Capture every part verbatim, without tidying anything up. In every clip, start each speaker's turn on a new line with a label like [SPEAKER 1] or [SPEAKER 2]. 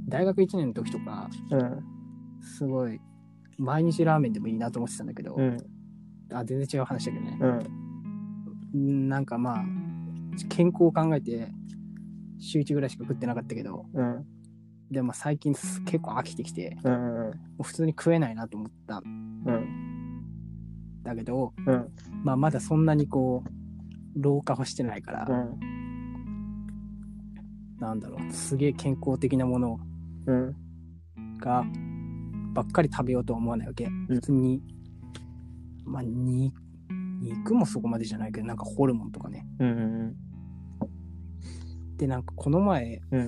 [SPEAKER 1] 大学いちねんの時とか、
[SPEAKER 2] うん。
[SPEAKER 1] すごい、毎日ラーメンでもいいなと思ってたんだけど、
[SPEAKER 2] うん。
[SPEAKER 1] あ、全然違う話だけどね。
[SPEAKER 2] うん。
[SPEAKER 1] なんかまあ、健康を考えて、週いちぐらいしか食ってなかったけど、
[SPEAKER 2] うん。
[SPEAKER 1] でも最近結構飽きてきて、
[SPEAKER 2] うん。うん。
[SPEAKER 1] もう普通に食えないなと思ったん
[SPEAKER 2] うん。
[SPEAKER 1] だけど、
[SPEAKER 2] うん。
[SPEAKER 1] まあまだそんなにこう、老化はしてないから、
[SPEAKER 2] うん。
[SPEAKER 1] なんだろう、すげえ健康的なもの
[SPEAKER 2] うん。
[SPEAKER 1] が、ばっかり食べようとは思わないわけ。
[SPEAKER 2] うん。
[SPEAKER 1] 普通に、まあ、に、肉もそこまでじゃないけど、なんかホルモンとかね。
[SPEAKER 2] うん。うん。
[SPEAKER 1] で、なんかこの前、
[SPEAKER 2] うん。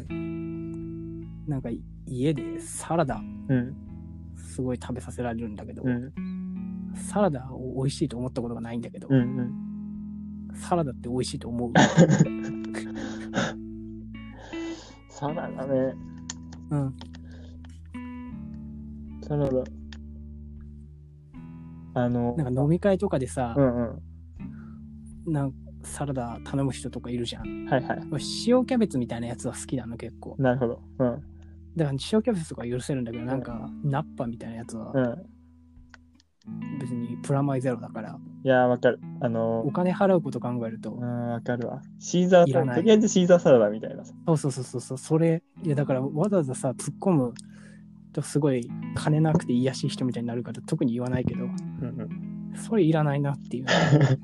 [SPEAKER 1] なんか家でサラダ、
[SPEAKER 2] うん。
[SPEAKER 1] すごい食べさせられるんだけど、
[SPEAKER 2] うん。
[SPEAKER 1] サラダを美味しいと思ったことがないんだけど、
[SPEAKER 2] うん。うん。
[SPEAKER 1] サラダって美味しいと思う。
[SPEAKER 2] サラダね。
[SPEAKER 1] うん。
[SPEAKER 2] サラダ。あの
[SPEAKER 1] なんか飲み会とかでさ、
[SPEAKER 2] うんうん。
[SPEAKER 1] なんかサラダ頼む人とかいるじゃん。
[SPEAKER 2] はいはい。
[SPEAKER 1] 塩キャベツみたいなやつは好きなの結構。
[SPEAKER 2] なるほど。うん。
[SPEAKER 1] だから塩キャベツとか許せるんだけど、なんかナッパみたいなやつは
[SPEAKER 2] うん。
[SPEAKER 1] 別にプラマイゼロだから、
[SPEAKER 2] いやー、わかる。あのー、
[SPEAKER 1] お金払うこと考えると
[SPEAKER 2] うん、わかるわ。シーザーサラダ、
[SPEAKER 1] いらない。
[SPEAKER 2] とりあえずシーザーサラダみたいなさ。
[SPEAKER 1] そうそうそうそう、それ、いやだからわざわざさ、突っ込むとすごい金なくて癒やしい人みたいになるから特に言わないけど、
[SPEAKER 2] うんうん。
[SPEAKER 1] それいらないなっていう。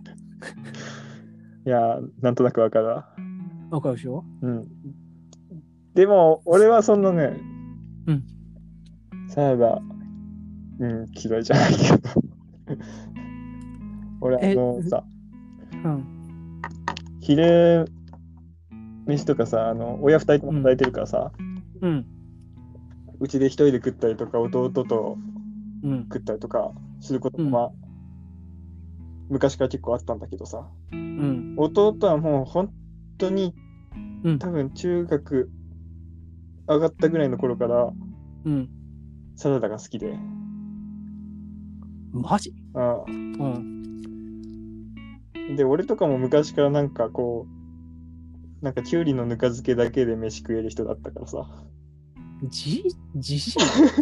[SPEAKER 2] いやー、なんとなくわかるわ。
[SPEAKER 1] わかるでしょ？
[SPEAKER 2] うん。でも、俺はそんなね、
[SPEAKER 1] うん。
[SPEAKER 2] サラダ、うん、嫌いじゃないけど。俺、あのさ、
[SPEAKER 1] うん。
[SPEAKER 2] 昼飯とかさ、あの、親二人とも働いてるからさ、
[SPEAKER 1] うん。
[SPEAKER 2] うちで一人で食ったりとか、弟と
[SPEAKER 1] うん。
[SPEAKER 2] 食ったりとかすることも、
[SPEAKER 1] うん
[SPEAKER 2] まあ、昔から結構あったんだけどさ、
[SPEAKER 1] うん。
[SPEAKER 2] 弟はもう本当に、
[SPEAKER 1] うん。
[SPEAKER 2] 多分中学上がったぐらいの頃から
[SPEAKER 1] うん。
[SPEAKER 2] サラダが好きで、
[SPEAKER 1] マジ？
[SPEAKER 2] あ
[SPEAKER 1] うん。
[SPEAKER 2] あで、俺とかも昔からなんかこう、なんかきゅうりのぬか漬けだけで飯食える人だったからさ。
[SPEAKER 1] じ、自信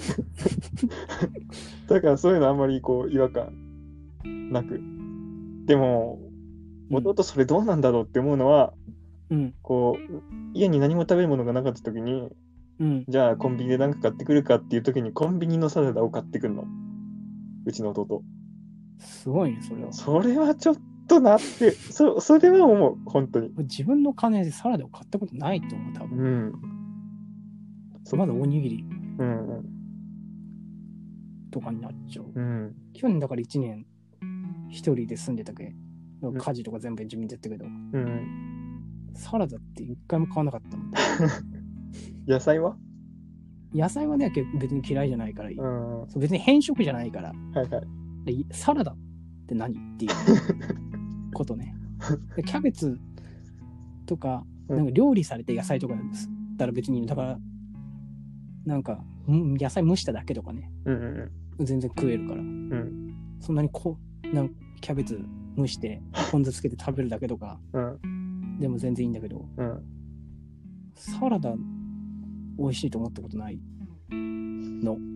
[SPEAKER 2] だからそういうのあんまりこう違和感なく。でも、弟それどうなんだろうって思うのは、
[SPEAKER 1] うん。
[SPEAKER 2] こう、家に何も食べるものがなかった時に、
[SPEAKER 1] うん。
[SPEAKER 2] じゃあコンビニで何か買ってくるかっていう時にコンビニのサラダを買ってくるの。うちの弟。
[SPEAKER 1] すごいね、それは。
[SPEAKER 2] それはちょっとなって、そ、それは思う、本当に。
[SPEAKER 1] 自分の金でサラダを買ったことないと思う、多分。
[SPEAKER 2] うん。
[SPEAKER 1] まだおにぎり
[SPEAKER 2] うんうん。
[SPEAKER 1] とかになっちゃう。
[SPEAKER 2] うん。
[SPEAKER 1] 去年だからいちねん一人で住んでたけど、
[SPEAKER 2] ん
[SPEAKER 1] 家事とか全部自分でやったけど、
[SPEAKER 2] うん。
[SPEAKER 1] サラダって一回も買わなかったもん。
[SPEAKER 2] 野菜は
[SPEAKER 1] 野菜はね、結構別に嫌いじゃないからいい。
[SPEAKER 2] うん。は
[SPEAKER 1] そう別に変色じゃないから。
[SPEAKER 2] いはい。
[SPEAKER 1] でサラダって何っていうことね。でキャベツとか、なんか料理されて野菜とかですったら別にいいのだから、なんかん野菜蒸しただけとかね、
[SPEAKER 2] うんうん
[SPEAKER 1] 全然食えるから。
[SPEAKER 2] うん。うん。
[SPEAKER 1] そんなにこなんかキャベツ蒸してポン酢つけて食べるだけとか
[SPEAKER 2] うん。
[SPEAKER 1] でも全然いいんだけど、
[SPEAKER 2] うん。
[SPEAKER 1] サラダ美味しいと思ったことないの。
[SPEAKER 2] うん。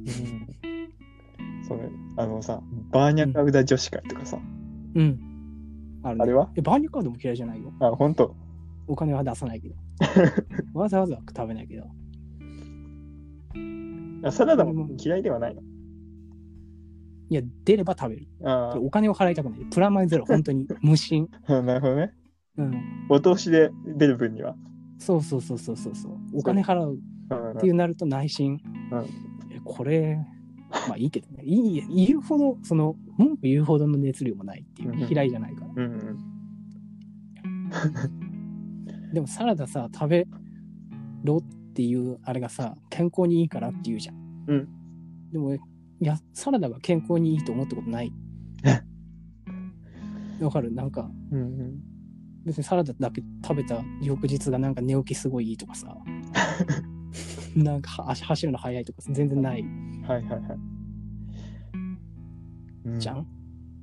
[SPEAKER 2] そうね。あのさ、バーニャカウダ女子会とかさ。
[SPEAKER 1] うん。あるね。
[SPEAKER 2] あれは
[SPEAKER 1] えバーニャカウダも嫌いじゃないよ。
[SPEAKER 2] あ、ほんと。
[SPEAKER 1] お金は出さないけど。わざわざ食べないけど。
[SPEAKER 2] あサラダも嫌いではないの。
[SPEAKER 1] いや、出れば食べる。
[SPEAKER 2] あ
[SPEAKER 1] お金を払いたくない。プラマイゼロ、本当に無心。
[SPEAKER 2] あ、なるほどね。
[SPEAKER 1] うん。
[SPEAKER 2] お通しで出る分には。
[SPEAKER 1] そうそうそうそうそうそう。お金払うっていうなると内心、
[SPEAKER 2] うん、
[SPEAKER 1] えこれ、まあいいけどね。いい、言うほど、その、文句言うほどの熱量もないっていう。嫌いじゃないから。
[SPEAKER 2] うんうん、
[SPEAKER 1] でもサラダさ、食べろっていうあれがさ、健康にいいからって言うじゃん。
[SPEAKER 2] うん、
[SPEAKER 1] でも、いや、サラダが健康にいいと思ったことない。わかる？なんか、
[SPEAKER 2] うんうん、
[SPEAKER 1] 別にサラダだけ食べた翌日がなんか寝起きすごいいいとかさ、なんか足走るの早いとか全然ない。
[SPEAKER 2] はいはいはい。うん、
[SPEAKER 1] じゃん？
[SPEAKER 2] うん、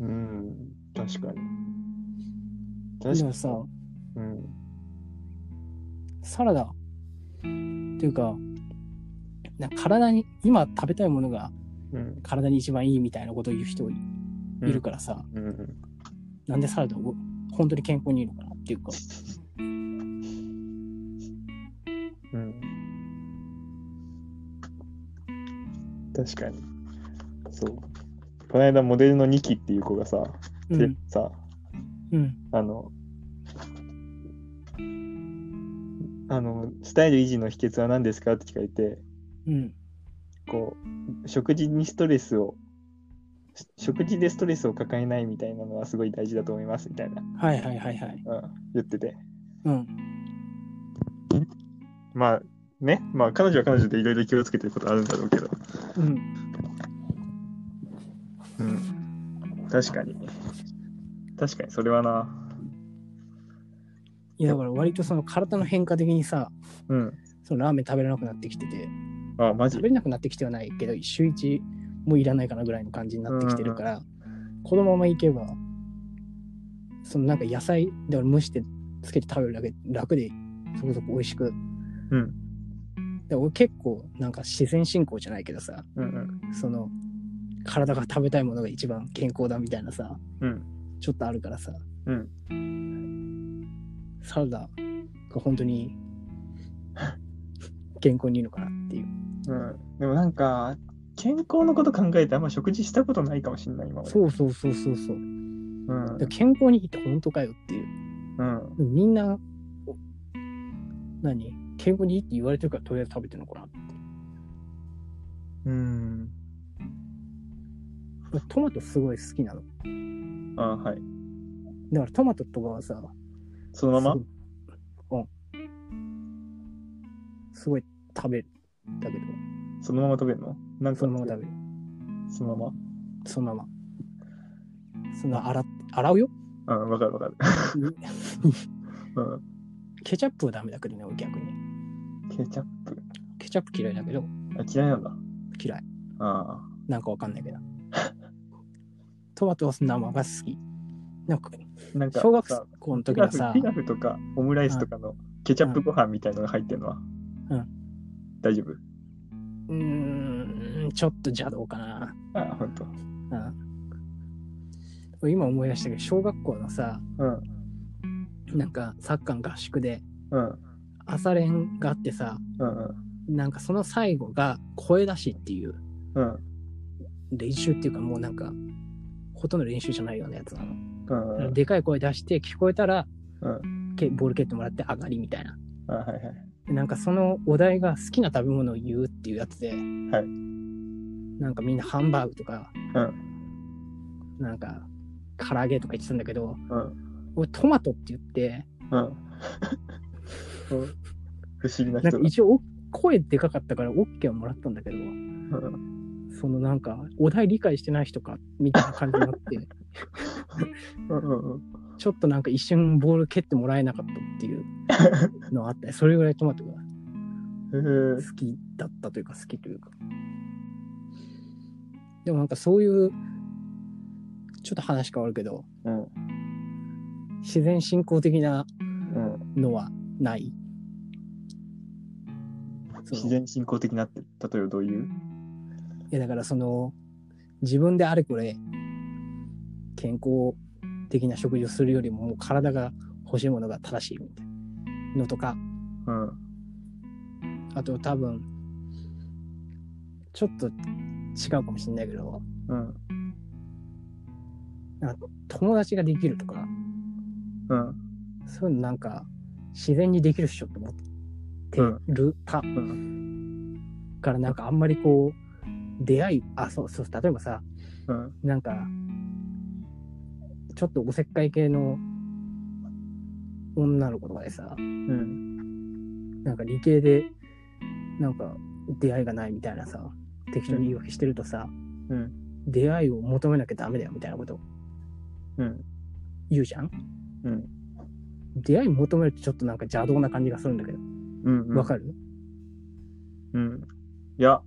[SPEAKER 2] 確かに。
[SPEAKER 1] 確かに。でもさ、
[SPEAKER 2] うん、
[SPEAKER 1] サラダっていうか、 なんか体に、今食べたいものが
[SPEAKER 2] うん。
[SPEAKER 1] 体に一番いいみたいなことを言う人いるからさ、
[SPEAKER 2] うんうん。
[SPEAKER 1] なんでサラダを本当に健康にいいのかなっていうか、
[SPEAKER 2] うん。確かに。そう。この間、モデルのニキっていう子がさ、
[SPEAKER 1] うん
[SPEAKER 2] テレビさ、
[SPEAKER 1] うん
[SPEAKER 2] あの、あの、スタイル維持の秘訣は何ですかって聞かれて、
[SPEAKER 1] うん
[SPEAKER 2] こう、食事にストレスを、し食事でストレスを抱えないみたいなのはすごい大事だと思いますみたいな、
[SPEAKER 1] はいはいはいはい
[SPEAKER 2] うん、言ってて。
[SPEAKER 1] うん
[SPEAKER 2] まあね、まあ彼女は彼女でいろいろ気をつけてることあるんだろうけど、
[SPEAKER 1] うん
[SPEAKER 2] うん、確かに。確かにそれはな。
[SPEAKER 1] いやだから割とその体の変化的にさ、
[SPEAKER 2] うん。
[SPEAKER 1] そのラーメン食べれなくなってきてて、
[SPEAKER 2] あ、マジ
[SPEAKER 1] 食べれなくなってきてはないけど週一もういらないかなぐらいの感じになってきてるから、このままいけばそのなんか野菜で蒸してつけて食べるだけ楽でそこそこ美味しく、
[SPEAKER 2] うん。
[SPEAKER 1] で俺結構なんか自然進行じゃないけどさ、
[SPEAKER 2] うんうん。
[SPEAKER 1] その体が食べたいものが一番健康だみたいなさ、
[SPEAKER 2] うん。
[SPEAKER 1] ちょっとあるからさ、
[SPEAKER 2] うん。
[SPEAKER 1] サラダが本当に健康にいいのかなっていう。
[SPEAKER 2] うん。でもなんか、健康のこと考えてあんま食事したことないかもしれない今まで。
[SPEAKER 1] そうそうそうそうそう。
[SPEAKER 2] うん。
[SPEAKER 1] で健康にいいって本当かよっていう。
[SPEAKER 2] うん。
[SPEAKER 1] みんな、何健康にいいって言われてるからとりあえず食べてるのかなって。
[SPEAKER 2] うん。
[SPEAKER 1] 俺トマトすごい好きなの。
[SPEAKER 2] あ、はい。
[SPEAKER 1] だからトマトとかはさ、
[SPEAKER 2] そのまます
[SPEAKER 1] ごいうん。すごい食べる。だけど、
[SPEAKER 2] そのまま食べるのなんか
[SPEAKER 1] そのまま食べる。
[SPEAKER 2] そのまま
[SPEAKER 1] そのまま。その洗っ洗うよ。
[SPEAKER 2] うん、わかるわかる。うん。
[SPEAKER 1] ケチャップはダメだけどね、俺逆に。
[SPEAKER 2] ケチャップ
[SPEAKER 1] ケチャップ嫌いだけど、
[SPEAKER 2] あ、嫌いなんだ。
[SPEAKER 1] 嫌い。
[SPEAKER 2] あ
[SPEAKER 1] なんかわかんないけど。トマトは生が好き。なんか、
[SPEAKER 2] あ。なんか
[SPEAKER 1] 小学
[SPEAKER 2] さ
[SPEAKER 1] 校の
[SPEAKER 2] ピラフ、
[SPEAKER 1] 時のさ
[SPEAKER 2] ピ、ラフとかオムライスとかのケチャップご飯みたいのが入ってるのは、
[SPEAKER 1] うん
[SPEAKER 2] 大丈夫
[SPEAKER 1] うーん、ちょっと邪道かな。
[SPEAKER 2] ああ、ほんと。
[SPEAKER 1] うん。今思い出したけど、小学校のさ、
[SPEAKER 2] うん。
[SPEAKER 1] なんかサッカーの合宿で
[SPEAKER 2] うん。
[SPEAKER 1] 朝練があってさ、
[SPEAKER 2] うん。
[SPEAKER 1] なんかその最後が声出しっていう
[SPEAKER 2] うん。
[SPEAKER 1] 練習っていうかもうなんかほとんど練習じゃないようなやつなの。
[SPEAKER 2] うん。うん。
[SPEAKER 1] でかい声出して聞こえたら、
[SPEAKER 2] うん。
[SPEAKER 1] けボール蹴ってもらって上がりみたいな。
[SPEAKER 2] あ、はいはい。
[SPEAKER 1] でなんかそのお題が好きな食べ物を言うっていうやつで、
[SPEAKER 2] はい。
[SPEAKER 1] なんかみんなハンバーグとか、
[SPEAKER 2] うん。
[SPEAKER 1] なんか唐揚げとか言ってたんだけど、
[SPEAKER 2] うん。
[SPEAKER 1] 俺トマトって言って、
[SPEAKER 2] うん。不思議な
[SPEAKER 1] なん
[SPEAKER 2] 人だ。
[SPEAKER 1] か一応声でかかったから OK はもらったんだけど、
[SPEAKER 2] うん。
[SPEAKER 1] そのなんかお題理解してない人かみたいな感じになって
[SPEAKER 2] うんうんうん。
[SPEAKER 1] ちょっとなんか一瞬ボール蹴ってもらえなかったっていうのがあったり、それぐらいトマトが
[SPEAKER 2] へー
[SPEAKER 1] 好きだったというか好きというか、でもなんかそういうちょっと話変わるけど、
[SPEAKER 2] うん。
[SPEAKER 1] 自然進行的な
[SPEAKER 2] うん。
[SPEAKER 1] のはない。その
[SPEAKER 2] 自然進行的なって例えばどういう？
[SPEAKER 1] いやだからその自分であれこれ健康的な食事をするよりももう体が欲しいものが正しいみたいなのとか、
[SPEAKER 2] うん。
[SPEAKER 1] あと多分ちょっと違うかもしれないけど、
[SPEAKER 2] うん。
[SPEAKER 1] なんか友達ができるとか、
[SPEAKER 2] うん。
[SPEAKER 1] そういうのなんか自然にできるっしょと思ってるた、
[SPEAKER 2] うん。
[SPEAKER 1] からなんかあんまりこう出会い、あ、そうそう、例えばさ、
[SPEAKER 2] うん。
[SPEAKER 1] なんかちょっとおせっかい系の女の子とかでさ、
[SPEAKER 2] うん。
[SPEAKER 1] なんか理系でなんか出会いがないみたいなさ、適当に言い訳してるとさ、
[SPEAKER 2] うん。
[SPEAKER 1] 出会いを求めなきゃダメだよみたいなこと
[SPEAKER 2] うん。
[SPEAKER 1] 言うじゃん。
[SPEAKER 2] うん。
[SPEAKER 1] 出会い求めるとちょっとなんか邪道な感じがするんだけど、
[SPEAKER 2] うん。
[SPEAKER 1] わかる？
[SPEAKER 2] うん。いや、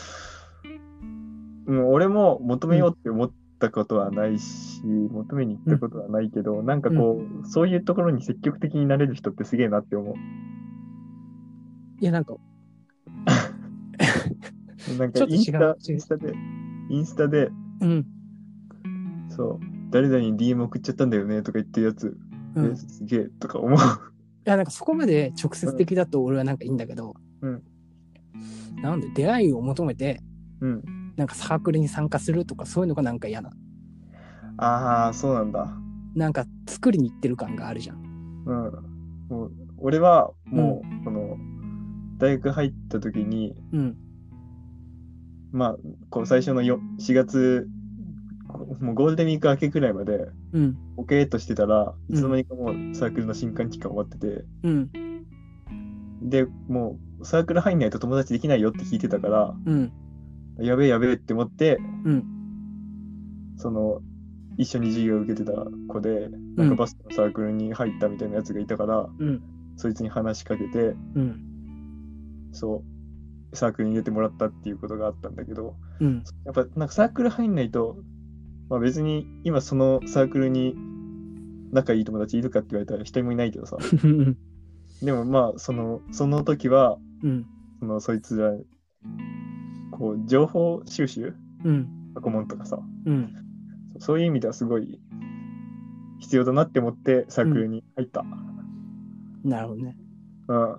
[SPEAKER 2] もう俺も求めようって思ったことはないし、求めに行ったことはないけど、なんかこう、そういうところに積極的になれる人ってすげえなって思う。
[SPEAKER 1] いやなんか
[SPEAKER 2] なんか
[SPEAKER 1] ちょっと違う
[SPEAKER 2] インスタ、
[SPEAKER 1] 違う
[SPEAKER 2] インスタで、インスタで、
[SPEAKER 1] うん。
[SPEAKER 2] そう、誰々に ディーエム 送っちゃったんだよねとか言ってるやつ、
[SPEAKER 1] うん。
[SPEAKER 2] え、
[SPEAKER 1] い
[SPEAKER 2] すげえとか思う。
[SPEAKER 1] や、なんかそこまで直接的だと俺はなんかいいんだけど、
[SPEAKER 2] うん。
[SPEAKER 1] なんで出会いを求めて、
[SPEAKER 2] うん。
[SPEAKER 1] なんかサークルに参加するとかそういうのがなんか嫌な。
[SPEAKER 2] ああ、そうなんだ。
[SPEAKER 1] なんか作りに行ってる感があるじゃん。
[SPEAKER 2] うん。もう俺はもう、この、大学入った時に、
[SPEAKER 1] うん。
[SPEAKER 2] まあ、こう最初のよしがつ、こもうゴールデンウィーク明けくらいまで、
[SPEAKER 1] うん。
[SPEAKER 2] ボケーっとしてたら、い
[SPEAKER 1] うん
[SPEAKER 2] つの間にかもうサークルの新歓期間終わってて、
[SPEAKER 1] うん。
[SPEAKER 2] で、もうサークル入んないと友達できないよって聞いてたから、
[SPEAKER 1] うん。
[SPEAKER 2] やべえやべえって思って、
[SPEAKER 1] うん。
[SPEAKER 2] その、一緒に授業を受けてた子で、なんかバスケのサークルに入ったみたいなやつがいたから、
[SPEAKER 1] うん。
[SPEAKER 2] そいつに話しかけて、
[SPEAKER 1] うん。
[SPEAKER 2] そう、サークルに入れてもらったっていうことがあったんだけど、
[SPEAKER 1] うん。
[SPEAKER 2] やっぱなんかサークル入んないと、まあ別に今そのサークルに仲いい友達いるかって言われたら一人もいないけどさ、
[SPEAKER 1] うん。
[SPEAKER 2] でもまあその、その時は、
[SPEAKER 1] うん。
[SPEAKER 2] そのそいつら、こう、情報収集
[SPEAKER 1] うん。
[SPEAKER 2] 過去問とかさ、
[SPEAKER 1] うん。
[SPEAKER 2] そういう意味ではすごい必要だなって思ってサークルに入った。
[SPEAKER 1] なるほどね。
[SPEAKER 2] うん。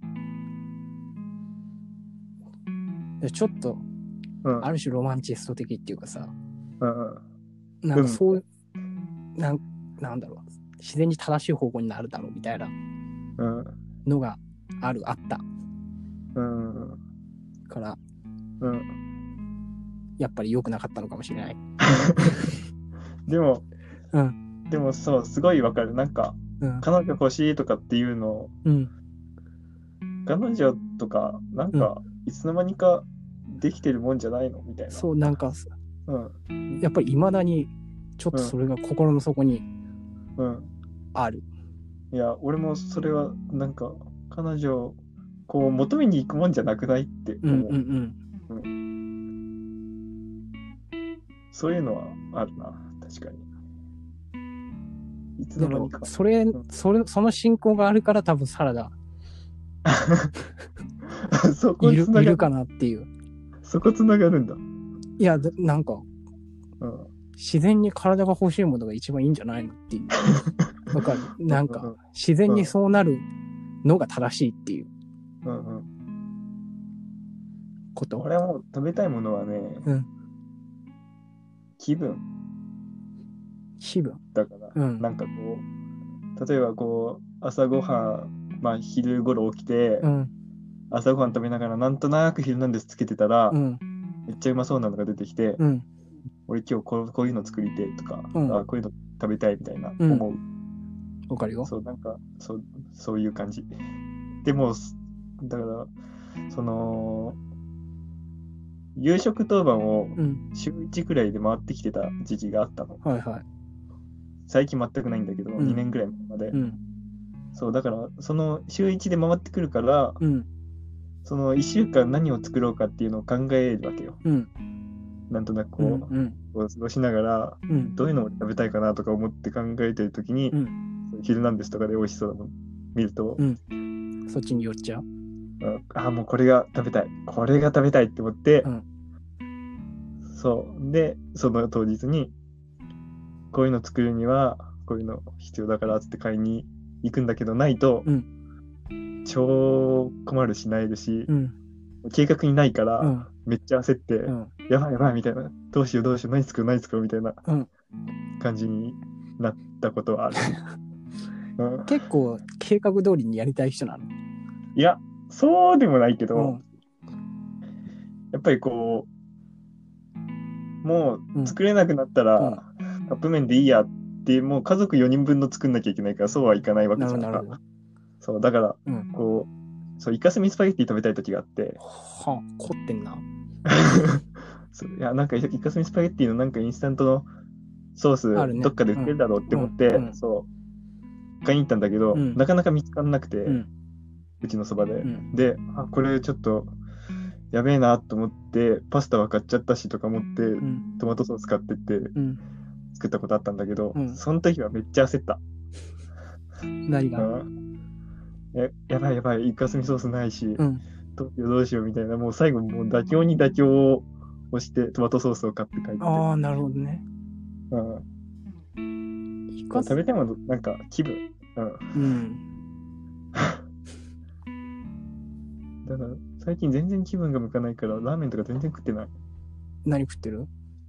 [SPEAKER 1] でちょっと、
[SPEAKER 2] うん。
[SPEAKER 1] ある種ロマンチスト的っていうかさ、
[SPEAKER 2] うん。
[SPEAKER 1] なんかそういう、なんなんだろう、自然に正しい方向になるだろうみたいな
[SPEAKER 2] うん。
[SPEAKER 1] のがある、あった
[SPEAKER 2] うん。
[SPEAKER 1] から、
[SPEAKER 2] うん。
[SPEAKER 1] やっぱり良くなかったのかもしれない。
[SPEAKER 2] でも、
[SPEAKER 1] うん。
[SPEAKER 2] でもそう、すごいわかる。なんか、
[SPEAKER 1] うん。
[SPEAKER 2] 彼女欲しいとかっていうのを、
[SPEAKER 1] うん。
[SPEAKER 2] 彼女とか、なんか、いつの間にかできてるもんじゃないのみたいな。
[SPEAKER 1] そう、なんか、
[SPEAKER 2] うん。
[SPEAKER 1] やっぱり未だに、ちょっとそれが心の底に
[SPEAKER 2] うん。
[SPEAKER 1] ある。
[SPEAKER 2] いや、俺もそれは、なんか、彼女、こう、求めに行くもんじゃなくないって
[SPEAKER 1] うん
[SPEAKER 2] 思う。
[SPEAKER 1] うん
[SPEAKER 2] そういうのはあるな、確かに。いつ
[SPEAKER 1] うん。でも
[SPEAKER 2] の間にか。、
[SPEAKER 1] それ、それ、その信仰があるから多分サラダ
[SPEAKER 2] そこ
[SPEAKER 1] いる、
[SPEAKER 2] つないがる。
[SPEAKER 1] るかなっていう。
[SPEAKER 2] そこつながるんだ。
[SPEAKER 1] いや、でなんか、
[SPEAKER 2] うん。
[SPEAKER 1] 自然に体が欲しいものが一番いいんじゃないのっていう。わかる。なんか
[SPEAKER 2] うんうん、
[SPEAKER 1] 自然にそうなるのが正しいっていう
[SPEAKER 2] うんうん。
[SPEAKER 1] こと。
[SPEAKER 2] 俺はもう食べたいものはね、
[SPEAKER 1] うん。
[SPEAKER 2] 気分
[SPEAKER 1] 気分。
[SPEAKER 2] だから、
[SPEAKER 1] うん
[SPEAKER 2] なんかこう、例えばこう、朝ごはん、まあ昼頃起きて、
[SPEAKER 1] うん。
[SPEAKER 2] 朝ごはん食べながらなんとなくヒルナンデスつけてたら、
[SPEAKER 1] うん。
[SPEAKER 2] めっちゃうまそうなのが出てきて、
[SPEAKER 1] うん。
[SPEAKER 2] 俺今日こうこういうの作りてえとか、
[SPEAKER 1] うん
[SPEAKER 2] あこういうの食べたいみたいな
[SPEAKER 1] うん
[SPEAKER 2] 思う。
[SPEAKER 1] わかるよ。
[SPEAKER 2] そう、なんか、そう、そういう感じ。でも、すだから、その、夕食当番を
[SPEAKER 1] うん。
[SPEAKER 2] 週いちくらいで回ってきてた時期があったの。
[SPEAKER 1] はいはい。
[SPEAKER 2] 最近全くないんだけど、
[SPEAKER 1] うん
[SPEAKER 2] にねんくらい前まで。
[SPEAKER 1] うん。
[SPEAKER 2] そう、だから、その週いちで回ってくるから、
[SPEAKER 1] うん。
[SPEAKER 2] そのいっしゅうかん何を作ろうかっていうのを考えるわけよ。
[SPEAKER 1] うん。
[SPEAKER 2] なんとなく
[SPEAKER 1] うん。
[SPEAKER 2] こう、
[SPEAKER 1] うん。
[SPEAKER 2] こう過ごしながら、
[SPEAKER 1] うん。
[SPEAKER 2] どういうのを食べたいかなとか思って考えてるときに、
[SPEAKER 1] うん。
[SPEAKER 2] ヒルナンデスとかで美味しそうなの見ると、
[SPEAKER 1] うんそっちに寄っちゃう。
[SPEAKER 2] ああ、もうこれが食べたい。これが食べたいって思って、
[SPEAKER 1] うん。
[SPEAKER 2] そう。で、その当日に、こういうの作るには、こういうの必要だからっつって買いに行くんだけど、ないと、
[SPEAKER 1] うん。
[SPEAKER 2] 超困るしないるし、
[SPEAKER 1] うん。
[SPEAKER 2] 計画にないから、
[SPEAKER 1] うん。
[SPEAKER 2] めっちゃ焦って、
[SPEAKER 1] うん。
[SPEAKER 2] やばいやばいみたいな、どうしようどうしよう、何作る何作るみたいな
[SPEAKER 1] うん
[SPEAKER 2] 感じになったことはある。うん、
[SPEAKER 1] 結構計画通りにやりたい人なの。
[SPEAKER 2] いや、そうでもないけど、
[SPEAKER 1] うん
[SPEAKER 2] やっぱりこう、も
[SPEAKER 1] うん
[SPEAKER 2] う作れなくなったら、
[SPEAKER 1] うん
[SPEAKER 2] カップ麺でいいやって、もう家族よにんぶんの作んなきゃいけないから、そうはいかないわけ
[SPEAKER 1] な
[SPEAKER 2] じゃんか
[SPEAKER 1] るほどなるほ。ど。
[SPEAKER 2] そう、だから、
[SPEAKER 1] うん。
[SPEAKER 2] こう、そう、イカスミスパゲッティ食べたい時があって、
[SPEAKER 1] はあ、凝ってんな。
[SPEAKER 2] そういや、なんかイカスミスパゲッティのなんかインスタントのソース、
[SPEAKER 1] あるね
[SPEAKER 2] どっかで売ってるだろうって思って、
[SPEAKER 1] うんうん
[SPEAKER 2] そう、買いに行ったんだけど、
[SPEAKER 1] うん
[SPEAKER 2] なかなか見つからなくて、
[SPEAKER 1] う。
[SPEAKER 2] うんちのそばで。
[SPEAKER 1] うん
[SPEAKER 2] で、あ、これちょっと、やべえなと思って、パスタは買っちゃったしとか思って、
[SPEAKER 1] うん。
[SPEAKER 2] トマトソース買ってって
[SPEAKER 1] うん。
[SPEAKER 2] 作ったことあったんだけど、
[SPEAKER 1] うん
[SPEAKER 2] その時はめっちゃ焦った。
[SPEAKER 1] 何が
[SPEAKER 2] うんえやばいやばい、イカスミソースないし、
[SPEAKER 1] うん。
[SPEAKER 2] どうしようどうしようみたいな、もう最後もう妥協に妥協を押してトマトソースを買って帰って。
[SPEAKER 1] ああ、なるほどね。
[SPEAKER 2] うん。
[SPEAKER 1] イカ
[SPEAKER 2] 食べてもなんか気分。うん。
[SPEAKER 1] うん。
[SPEAKER 2] だから最近全然気分が向かないからラーメンとか全然食ってない。
[SPEAKER 1] 何食ってる？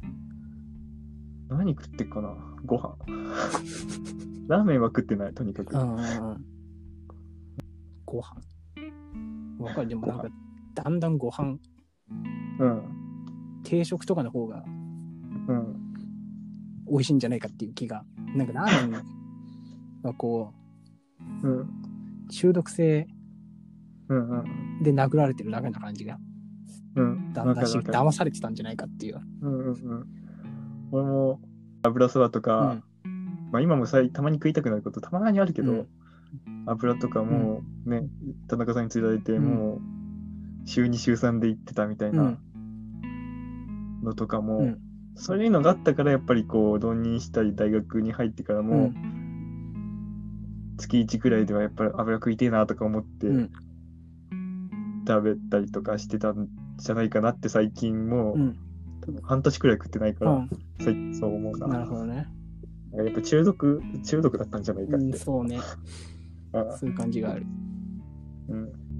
[SPEAKER 2] 何食ってっかな。ご飯。ラーメンは食ってない、とにかく。
[SPEAKER 1] ああ。ご飯。わかる。でもなんか、だんだんご飯、
[SPEAKER 2] うん。
[SPEAKER 1] 定食とかの方が
[SPEAKER 2] うん。
[SPEAKER 1] 美味しいんじゃないかっていう気が。なんかラーメンはこ
[SPEAKER 2] うん。
[SPEAKER 1] う、中毒性
[SPEAKER 2] うんうん。
[SPEAKER 1] で殴られてるだけな感じが、
[SPEAKER 2] うん。
[SPEAKER 1] だんだんして
[SPEAKER 2] わかるわかる。
[SPEAKER 1] 騙されてたんじゃないかっていう。
[SPEAKER 2] うんうんうん。俺も油そばとか、
[SPEAKER 1] うん。
[SPEAKER 2] まあ今もさたまに食いたくなることたまにあるけど、
[SPEAKER 1] うん
[SPEAKER 2] 油とかもね、田中さんに連れられて、
[SPEAKER 1] うん
[SPEAKER 2] もう週に週さんで行ってたみたいなのとかも、
[SPEAKER 1] うん。
[SPEAKER 2] そういうのがあったからやっぱりこう浪人したり大学に入ってから
[SPEAKER 1] う
[SPEAKER 2] も、
[SPEAKER 1] ん。
[SPEAKER 2] 月いちくらいではやっぱり油食いてえなとか思って
[SPEAKER 1] うん。
[SPEAKER 2] 食べたりとかしてたんじゃないかなって最近もう、
[SPEAKER 1] うん。
[SPEAKER 2] 多分半年くらい食ってないから、
[SPEAKER 1] うん。
[SPEAKER 2] 最近そう思うな。
[SPEAKER 1] なるほどね。
[SPEAKER 2] やっぱ中毒、中毒だったんじゃないかって。
[SPEAKER 1] うん、そうね。
[SPEAKER 2] ああ
[SPEAKER 1] そういう感じがある。
[SPEAKER 2] うん